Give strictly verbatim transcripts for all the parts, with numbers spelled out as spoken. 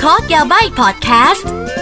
Talk Yabai Podcast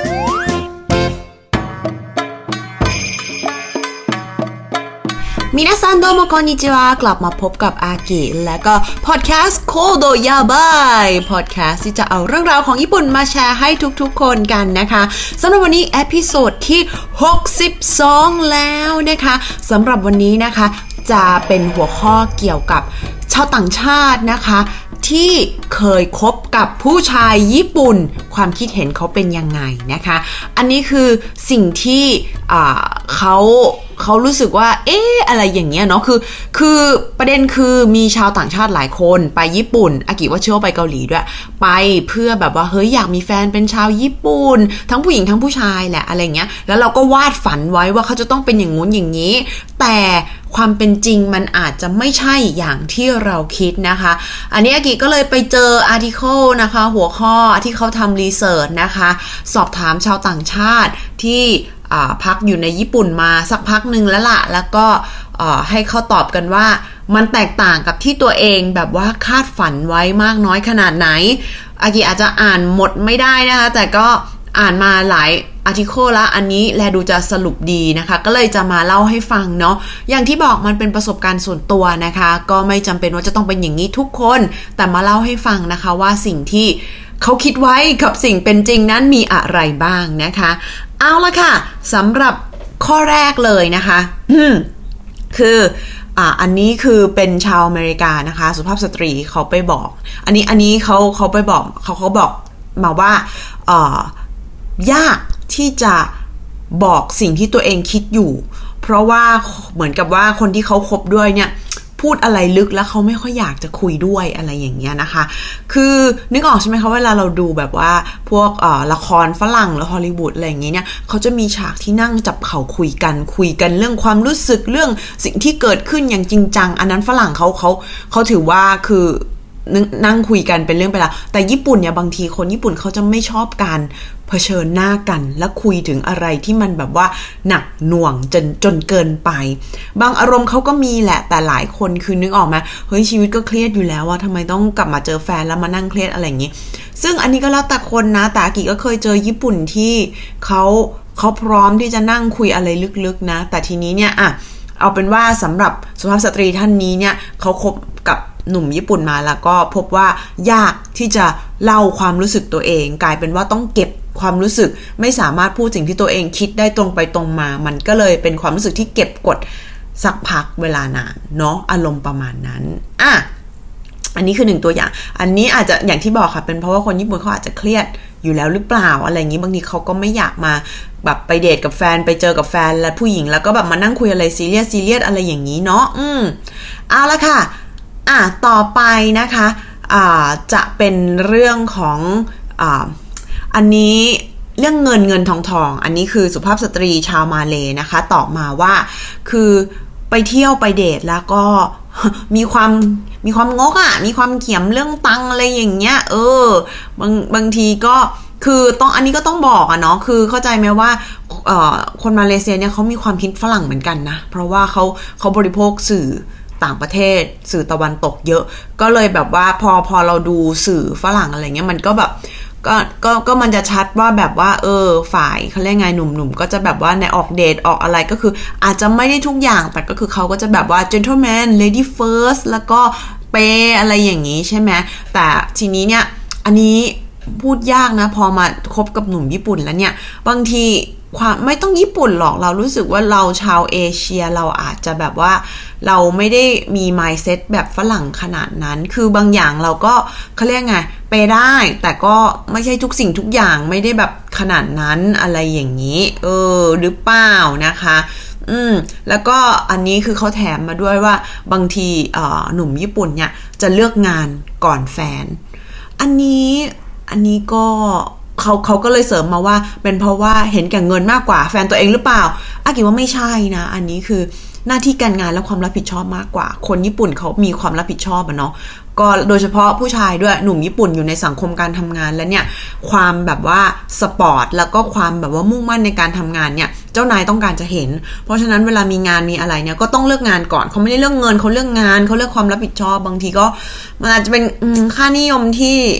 มินาซันโดโมคอนนิจิวากลับมาพบกับอากิและก็พอดแคสต์โคโดยาบายพอดแคสต์ที่จะเอาเรื่องราวของญี่ปุ่นมาแชร์ให้ทุกๆคนกันนะคะสำหรับวันนี้เอพิโซดที่หกสิบสองแล้วนะคะสำหรับวันนี้นะคะจะเป็นหัวข้อเกี่ยวกับชาวต่างชาตินะคะที่เคยคบกับผู้ชายญี่ปุ่นความคิดเห็นเขาเป็นยังไงนะคะอันนี้คือสิ่งที่อ่าเขาเขารู้สึกว่าเอ๊ะอะไรอย่างเงี้ยเนาะคือคือประเด็นคือมีชาวต่างชาติหลายคนไปญี่ปุ่นอากิว่าเชื่อว่าไปเกาหลีด้วยไปเพื่อแบบว่าเฮ้ยอยากมีแฟนเป็นชาวญี่ปุ่นทั้งผู้หญิงทั้งผู้ชายแหละอะไรเงี้ยแล้วเราก็วาดฝันไว้ว่าเขาจะต้องเป็นอย่างงู้นอย่างนี้แต่ความเป็นจริงมันอาจจะไม่ใช่อย่างที่เราคิดนะคะอันนี้อากิก็เลยไปเจออาร์ติเคิลนะคะหัวข้อที่เขาทำรีเสิร์ชนะคะสอบถามชาวต่างชาติที่พักอยู่ในญี่ปุ่นมาสักพักหนึ่งแล้วล่ะแล้วก็ให้เขาตอบกันว่ามันแตกต่างกับที่ตัวเองแบบว่าคาดฝันไว้มากน้อยขนาดไหนอากิอาจจะอ่านหมดไม่ได้นะคะแต่ก็อ่านมาหลายอาร์ติเคิลแล้วอันนี้แลดูจะสรุปดีนะคะก็เลยจะมาเล่าให้ฟังเนาะอย่างที่บอกมันเป็นประสบการณ์ส่วนตัวนะคะก็ไม่จำเป็นว่าจะต้องเป็นอย่างนี้ทุกคนแต่มาเล่าให้ฟังนะคะว่าสิ่งที่เขาคิดไว้กับสิ่งเป็นจริงนั้นมีอะไรบ้างนะคะเอาละค่ะสำหรับข้อแรกเลยนะคะคืออ่าอันนี้คือเป็นชาวอเมริกานะคะสุภาพสตรีเขาไปบอกอันนี้อันนี้เขาเขาไปบอกเขาเขาบอกมาว่าอ่ายากที่จะบอกสิ่งที่ตัวเองคิดอยู่เพราะว่าเหมือนกับว่าคนที่เขาคบด้วยเนี่ยพูดอะไรลึกแล้วเขาไม่ค่อยอยากจะคุยด้วยอะไรอย่างเงี้ยนะคะคือนึกออกใช่ไหมคะเวลาเราดูแบบว่าพวกเอ่อละครฝรั่งหรือฮอลลีวูดอะไรอย่างเงี้ยเนี่ยเขาจะมีฉากที่นั่งจับเข่าคุยกันคุยกันเรื่องความรู้สึกเรื่องสิ่งที่เกิดขึ้นอย่างจริงจังอันนั้นฝรั่งเขาเขาเขาถือว่าคือนั่งคุยกันเป็นเรื่องไปแล้วแต่ญี่ปุ่นเนี่ยบางทีคนญี่ปุ่นเขาจะไม่ชอบการเผชิญหน้ากันและคุยถึงอะไรที่มันแบบว่าหนักหน่วงจนจนเกินไปบางอารมณ์เขาก็มีแหละแต่หลายคนคือนึกออกไหมเฮ้ยชีวิตก็เครียดอยู่แล้วว่าทำไมต้องกลับมาเจอแฟนแล้วมานั่งเครียดอะไรอย่างนี้ซึ่งอันนี้ก็แล้วแต่คนนะแต่อากิก็เคยเจอญี่ปุ่นที่เขาเขาพร้อมที่จะนั่งคุยอะไรลึกๆนะแต่ทีนี้เนี่ยอ่ะเอาเป็นว่าสำหรับสุภาพสตรีท่านนี้เนี่ยเขาคบกับหนุ่มญี่ปุ่นมาแล้วก็พบว่ายากที่จะเล่าความรู้สึกตัวเองกลายเป็นว่าต้องเก็บความรู้สึกไม่สามารถพูดสิ่งที่ตัวเองคิดได้ตรงไปตรงมามันก็เลยเป็นความรู้สึกที่เก็บกดสักพักเวลานานเนาะอารมณ์ประมาณนั้นอ่ะอันนี้คือหนึ่งตัวอย่างอันนี้อาจจะอย่างที่บอกค่ะเป็นเพราะว่าคนญี่ปุ่นเขาอาจจะเครียดอยู่แล้วหรือเปล่าอะไรอย่างนี้บางทีเขาก็ไม่อยากมาแบบไปเดทกับแฟนไปเจอกับแฟนและผู้หญิงแล้วก็แบบมานั่งคุยอะไรซีเรียสซีเรียสอะไรอย่างนี้เนาะอืมเอาละค่ะอ่ะต่อไปนะคะอ่าจะเป็นเรื่องของอ่าอันนี้เรื่องเงินเงินทองทองอันนี้คือสุภาพสตรีชาวมาเลย์นะคะตอบมาว่าคือไปเที่ยวไปเดทแล้วก็มีความมีความงกอ่ะมีความเขียมเรื่องตังอะไรอย่างเงี้ยเออบางบางทีก็คือต้องอันนี้ก็ต้องบอกอะเนาะคือเข้าใจไหมว่าเอ่อคนมาเลเซียเนี่ยเขามีความคิดฝรั่งเหมือนกันนะเพราะว่าเขาเขาบริโภคสื่อต่างประเทศสื่อตะวันตกเยอะก็เลยแบบว่าพอพอเราดูสื่อฝรั่งอะไรเงี้ยมันก็แบบก็ก็ก็มันจะชัดว่าแบบว่าเออฝ่ายเขาเรียกไงหนุ่มๆก็จะแบบว่าในออกเดทออกอะไรก็คืออาจจะไม่ได้ทุกอย่างแต่ก็คือเขาก็จะแบบว่า gentleman lady first แล้วก็เปย์อะไรอย่างนี้ใช่ไหมแต่ทีนี้เนี่ยอันนี้พูดยากนะพอมาคบกับหนุ่มญี่ปุ่นแล้วเนี่ยบางทีความไม่ต้องญี่ปุ่นหรอกเรารู้สึกว่าเราชาวเอเชียเราอาจจะแบบว่าเราไม่ได้มี mindset แบบฝรั่งขนาดนั้นคือบางอย่างเราก็เขาเรียกไงไปได้แต่ก็ไม่ใช่ทุกสิ่งทุกอย่างไม่ได้แบบขนาดนั้นอะไรอย่างนี้เออหรือเปล่านะคะอืมแล้วก็อันนี้คือเขาแถมมาด้วยว่าบางทีเอ่อหนุ่มญี่ปุ่นเนี่ยจะเลือกงานก่อนแฟนอันนี้อันนี้ก็เขาเขาก็เลยเสริมมาว่าเป็นเพราะว่าเห็นแก่เงินมากกว่าแฟนตัวเองหรือเปล่าอากิว่าไม่ใช่นะอันนี้คือหน้าที่การงานและความรับผิดชอบมากกว่าคนญี่ปุ่นเขามีความรับผิดชอบอะเนาะก็โดยเฉพาะผู้ชายด้วยหนุ่มญี่ปุ่นอยู่ในสังคมการทำงานแล้วเนี่ยความแบบว่าสปอร์ตแล้วก็ความแบบว่ามุ่งมั่นในการทำงานเนี่ยเจ้านายต้องการจะเห็นเพราะฉะนั้นเวลามีงานมีอะไรเนี่ยก็ต้องเลือกงานก่อนเขาไม่ได้เลือกเงินเขาเลือกงานเขาเลือกความรับผิดชอบบางทีก็มันอาจจะเป็นค่านิยมที่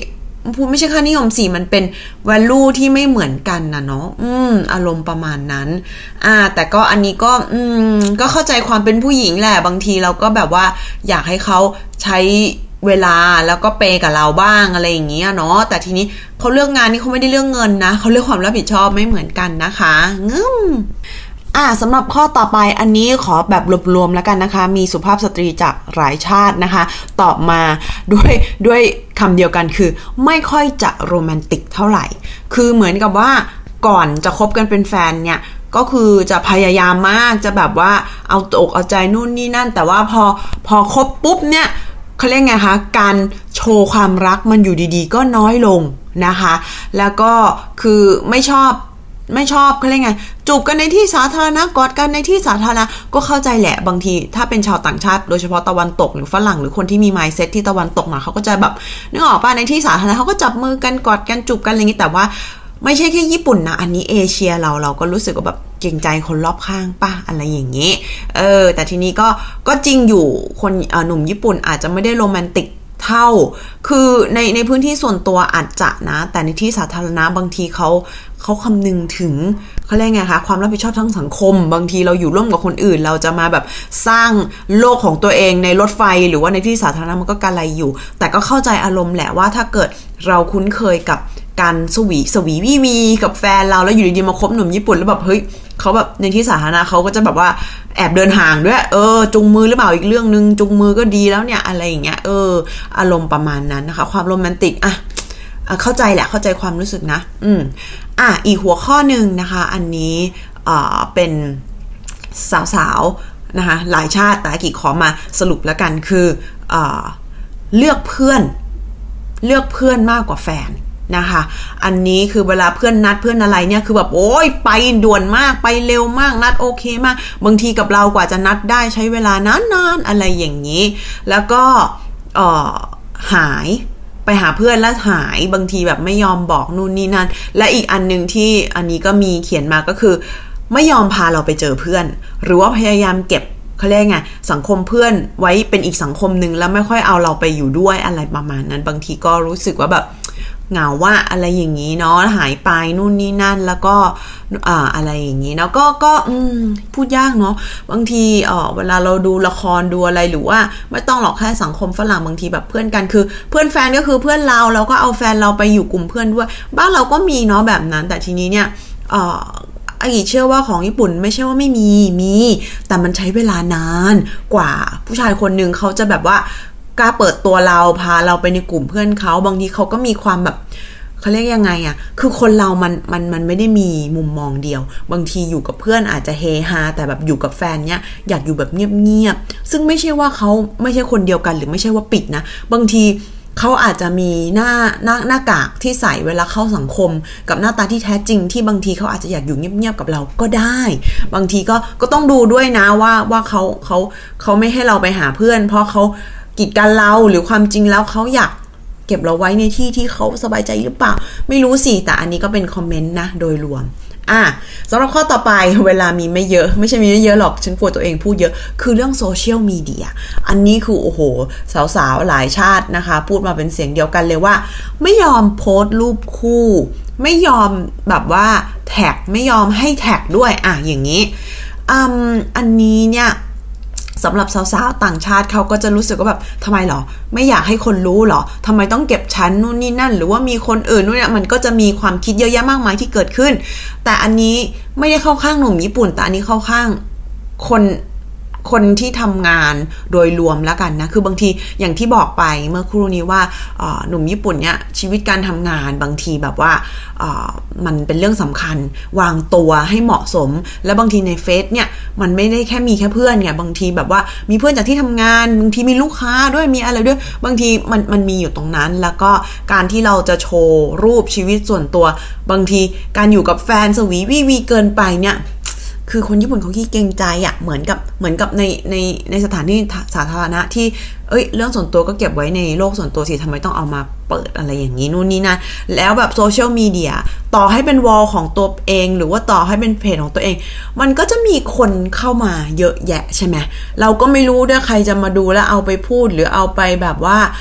พูดไม่ใช่ค่านิยมสิมันเป็น value ที่ไม่เหมือนกันนะเนาะอืมอารมณ์ประมาณนั้นอ่าแต่ก็อันนี้ก็อืมก็เข้าใจความเป็นผู้หญิงแหละบางทีเราก็แบบว่าอยากให้เขาใช้เวลาแล้วก็เปย์กับเราบ้างอะไรอย่างเงี้ยเนาะแต่ทีนี้เขาเลือกงานนี่เขาไม่ได้เลือกเงินนะเขาเลือกความรับผิดชอบไม่เหมือนกันนะคะงึมอ่าสำหรับข้อต่อไปอันนี้ขอแบบรวมๆแล้วกันนะคะมีสุภาพสตรีจากหลายชาตินะคะตอบมาด้วยด้วยคำเดียวกันคือไม่ค่อยจะโรแมนติกเท่าไหร่คือเหมือนกับว่าก่อนจะคบกันเป็นแฟนเนี่ยก็คือจะพยายามมากจะแบบว่าเอาอกเอาใจนู่นนี่นั่นแต่ว่าพอพอคบปุ๊บเนี่ยเขาเรียกไงคะการโชว์ความรักมันอยู่ดีๆก็น้อยลงนะคะแล้วก็คือไม่ชอบไม่ชอบเขาเรียกไงจูบกันในที่สาธารณะกอดกันในที่สาธารณะก็เข้าใจแหละบางทีถ้าเป็นชาวต่างชาติโดยเฉพาะตะวันตกหรือฝรั่งหรือคนที่มี mindset ที่ตะวันตกมาเขาก็จะแบบนึกออกป่ะในที่สาธารณะเขาก็จับมือกันกอดกันจูบกันอะไรอย่างนี้แต่ว่าไม่ใช่แค่ญี่ปุ่นนะอันนี้เอเชียเราเราก็รู้สึกว่าแบบเกรงใจคนรอบข้างป่ะอะไรอย่างนี้เออแต่ทีนี้ก็ก็จริงอยู่คนหนุ่มญี่ปุ่นอาจจะไม่ได้โรแมนติกเท่าคือในในพื้นที่ส่วนตัวอาจจะนะแต่ในที่สาธารณะบางทีเขาเขาคำนึงถึงเขาเรียกไงคะความรับผิดชอบทั้งสังคมบางทีเราอยู่ร่วมกับคนอื่นเราจะมาแบบสร้างโลกของตัวเองในรถไฟหรือว่าในที่สาธารณะมันก็กะไรอยู่แต่ก็เข้าใจอารมณ์แหละว่าถ้าเกิดเราคุ้นเคยกับการสวีสวีวีวีกับแฟนเราแล้วอยู่ดีๆมาคบหนุ่มญี่ปุ่นแล้วแบบเฮ้ยเขาแบบในที่สาธารณะเขาก็จะแบบว่าแอบเดินห่างด้วยเออจุงมือหรือเปล่าอีกเรื่องนึงจุงมือก็ดีแล้วเนี่ยอะไรอย่างเงี้ยเอออารมณ์ประมาณนั้นนะคะความโรแมนติกอ่ะเข้าใจแหละเข้าใจความรู้สึกนะอืมอ่ะอีกหัวข้อนึงนะคะอันนี้อ่าเป็นสาวๆนะคะหลายชาติแต่กี่ขอมาสรุปแล้วกันคืออ่าเลือกเพื่อนเลือกเพื่อนมากกว่าแฟนนะคะอันนี้คือเวลาเพื่อนนัดเพื่อนอะไรเนี่ยคือแบบโอ๊ยไปด่วนมากไปเร็วมากนัดโอเคมากบางทีกับเรากว่าจะนัดได้ใช้เวลานานๆอะไรอย่างนี้แล้วก็เอ่อหายไปหาเพื่อนแล้วหายบางทีแบบไม่ยอมบอกนู่นนี่นั่นและอีกอันนึงที่อันนี้ก็มีเขียนมาก็คือไม่ยอมพาเราไปเจอเพื่อนหรือว่าพยายามเก็บเขาเรียกไงสังคมเพื่อนไว้เป็นอีกสังคมนึงแล้วไม่ค่อยเอาเราไปอยู่ด้วยอะไรประมาณนั้นบางทีก็รู้สึกว่าแบบเหงาว่าอะไรอย่างนี้เนาะหายไปนู่นนี่นั่นแล้วก็อ่าอะไรอย่างนี้เนาะก็ก็อืมพูดยากเนาะบางทีเอ่อเวลาเราดูละครดูอะไรหรือว่าไม่ต้องหรอกแค่สังคมฝรั่งบางทีแบบเพื่อนกันคือเพื่อนแฟนก็คือเพื่อนเราเราก็เอาแฟนเราไปอยู่กลุ่มเพื่อนด้วยบ้านเราก็มีเนาะแบบนั้นแต่ทีนี้เนี่ยเอ่ออากิเชื่อว่าของญี่ปุ่นไม่ใช่ว่าไม่มีมีแต่มันใช้เวลานานกว่าผู้ชายคนนึงเขาจะแบบว่ากล้าเปิดตัวเราพาเราไปในกลุ่มเพื่อนเขาบางทีเขาก็มีความแบบเขาเรียกยังไงอ่ะคือคนเรามันมันมันไม่ได้มีมุมมองเดียวบางทีอยู่กับเพื่อนอาจจะเฮฮาแต่แบบอยู่กับแฟนเนี้ยอยากอยู่แบบเงียบๆซึ่งไม่ใช่ว่าเขาไม่ใช่คนเดียวกันหรือไม่ใช่ว่าปิดนะบางทีเขาอาจจะมีหน้าหน้าหน้ากากที่ใส่เวลาเข้าสังคมกับหน้าตาที่แท้จริงที่บางทีเขาอาจจะอยากอยู่เงียบๆกับเราก็ได้บางทีก็ก็ต้องดูด้วยนะว่าว่าเขาเขาเขาไม่ให้เราไปหาเพื่อนเพราะเขากีดกันเราหรือความจริงแล้วเขาอยากเก็บเราไว้ในที่ที่เขาสบายใจหรือเปล่าไม่รู้สิแต่อันนี้ก็เป็นคอมเมนต์นะโดยรวมอ่ะสำหรับข้อต่อไปเวลามีไม่เยอะไม่ใช่มีไม่เยอะหรอกฉันกลัวตัวเองพูดเยอะคือเรื่องโซเชียลมีเดียอันนี้คือโอ้โหสาวๆหลายชาตินะคะพูดมาเป็นเสียงเดียวกันเลยว่าไม่ยอมโพสต์รูปคู่ไม่ยอมแบบว่าแท็กไม่ยอมให้แท็กด้วยอ่ะอย่างนี้อืมอันนี้เนี่ยสำหรับสาวๆต่างชาติเขาก็จะรู้สึกว่าแบบทำไมหรอไม่อยากให้คนรู้หรอทำไมต้องเก็บชั้นนู่นนี่นั่นหรือว่ามีคนอื่นนู่นเนี่ยมันก็จะมีความคิดเยอะแยะมากมายที่เกิดขึ้นแต่อันนี้ไม่ได้เข้าข้างหนุ่มญี่ปุ่นแต่อันนี้เข้าข้างคนคนที่ทำงานโดยรวมแล้วกันนะคือบางทีอย่างที่บอกไปเมื่อครู่นี้ว่าหนุ่มญี่ปุ่นเนี่ยชีวิตการทำงานบางทีแบบว่ามันเป็นเรื่องสำคัญวางตัวให้เหมาะสมและบางทีในเฟซเนี่ยมันไม่ได้แค่มีแค่เพื่อนไงบางทีแบบว่ามีเพื่อนจากที่ทำงานบางทีมีลูกค้าด้วยมีอะไรด้วยบางทีมันมันมีอยู่ตรงนั้นแล้วก็การที่เราจะโชว์รูปชีวิตส่วนตัวบางทีการอยู่กับแฟนสวีวีวีเกินไปเนี่ยคือคนญี่ปุ่นเขาขี้เกรงใจอ่ะเหมือนกับเหมือนกับในในในสถานที่สาธารณะที่เอ้ยเรื่องส่วนตัวก็เก็บไว้ในโลกส่วนตัวสิทำไมต้องเอามาเปิดอะไรอย่างนี้นู่นนี่นั่นแล้วแบบโซเชียลมีเดียต่อให้เป็นวอลของตัวเองหรือว่าต่อให้เป็นเพจของตัวเองมันก็จะมีคนเข้ามาเยอะแยะใช่ไหมเราก็ไม่รู้ด้วยใครจะมาดูแล้วเอาไปพูดหรือเอาไปแบบว่าเอ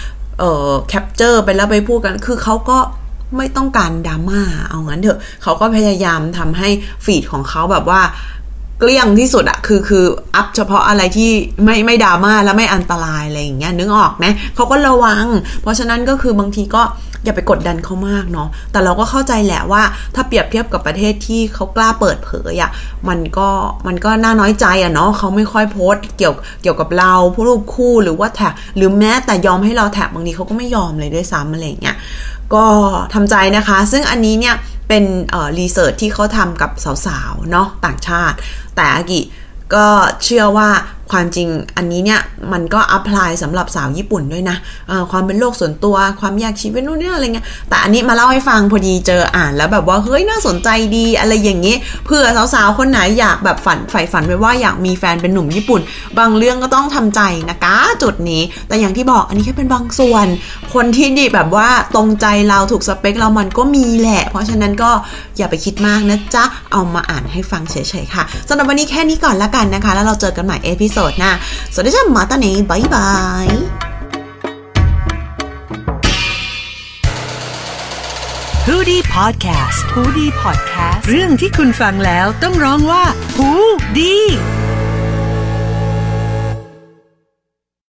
เอ่อแคปเจอร์ไปแล้วไปพูดกันคือเขาก็ไม่ต้องการดราม่าเอางั้นเถอะเขาก็พยายามทำให้ฟีดของเขาแบบว่าเกลี้ยงที่สุดอะคือคืออัพเฉพาะอะไรที่ไม่ไม่ดราม่าแล้วไม่อันตรายอะไรอย่างเงี้ยนึกออกไหมเขาก็ระวังเพราะฉะนั้นก็คือบางทีก็อย่าไปกดดันเขามากเนาะแต่เราก็เข้าใจแหละว่าถ้าเปรียบเทียบกับประเทศที่เขากล้าเปิดเผยอะมันก็มันก็น่าน้อยใจอะเนาะเขาไม่ค่อยโพสต์เกี่ยวเกี่ยวกับเราผู้รูปคู่หรือว่าแท็กหรือแม้แต่ยอมให้เราแท็กบางทีเขาก็ไม่ยอมเลยด้วยซ้ำอะไรอย่างเงี้ยก็ทำใจนะคะซึ่งอันนี้เนี่ยเป็นเอ่อรีเสิร์ชที่เขาทำกับสาวๆเนาะต่างชาติแต่อากิก็เชื่อว่าความจริงอันนี้เนี่ยมันก็อัพพลายสำหรับสาวญี่ปุ่นด้วยนะความเป็นโลกส่วนตัวความอยากชีวิตนู่นนี่อะไรเงี้ยแต่อันนี้มาเล่าให้ฟังพอดีเจออ่านแล้วแบบว่าเฮ้ยน่าสนใจดีอะไรอย่างงี้เผื่อสาวๆคนไหนอยากแบบฝันใฝ่ฝันไว้ว่าอยากมีแฟนเป็นหนุ่มญี่ปุ่นบางเรื่องก็ต้องทำใจนะคะจุดนี้แต่อย่างที่บอกอันนี้แค่เป็นบางส่วนคนที่ดีแบบว่าตรงใจเราถูกสเปคเรามันก็มีแหละเพราะฉะนั้นก็อย่าไปคิดมากนะจ๊ะเอามาอ่านให้ฟังเฉยๆค่ะสำหรับวันนี้แค่นี้ก่อนละกันนะคะแล้วเราเจอกันใหม่เอพิโซดหน้าสวัสดีจ้ามาตาเน่บายบายฮูดี้พอดแคสต์ฮูดี้พอดแคสต์เรื่องที่คุณฟังแล้วต้องร้องว่าฮูดี้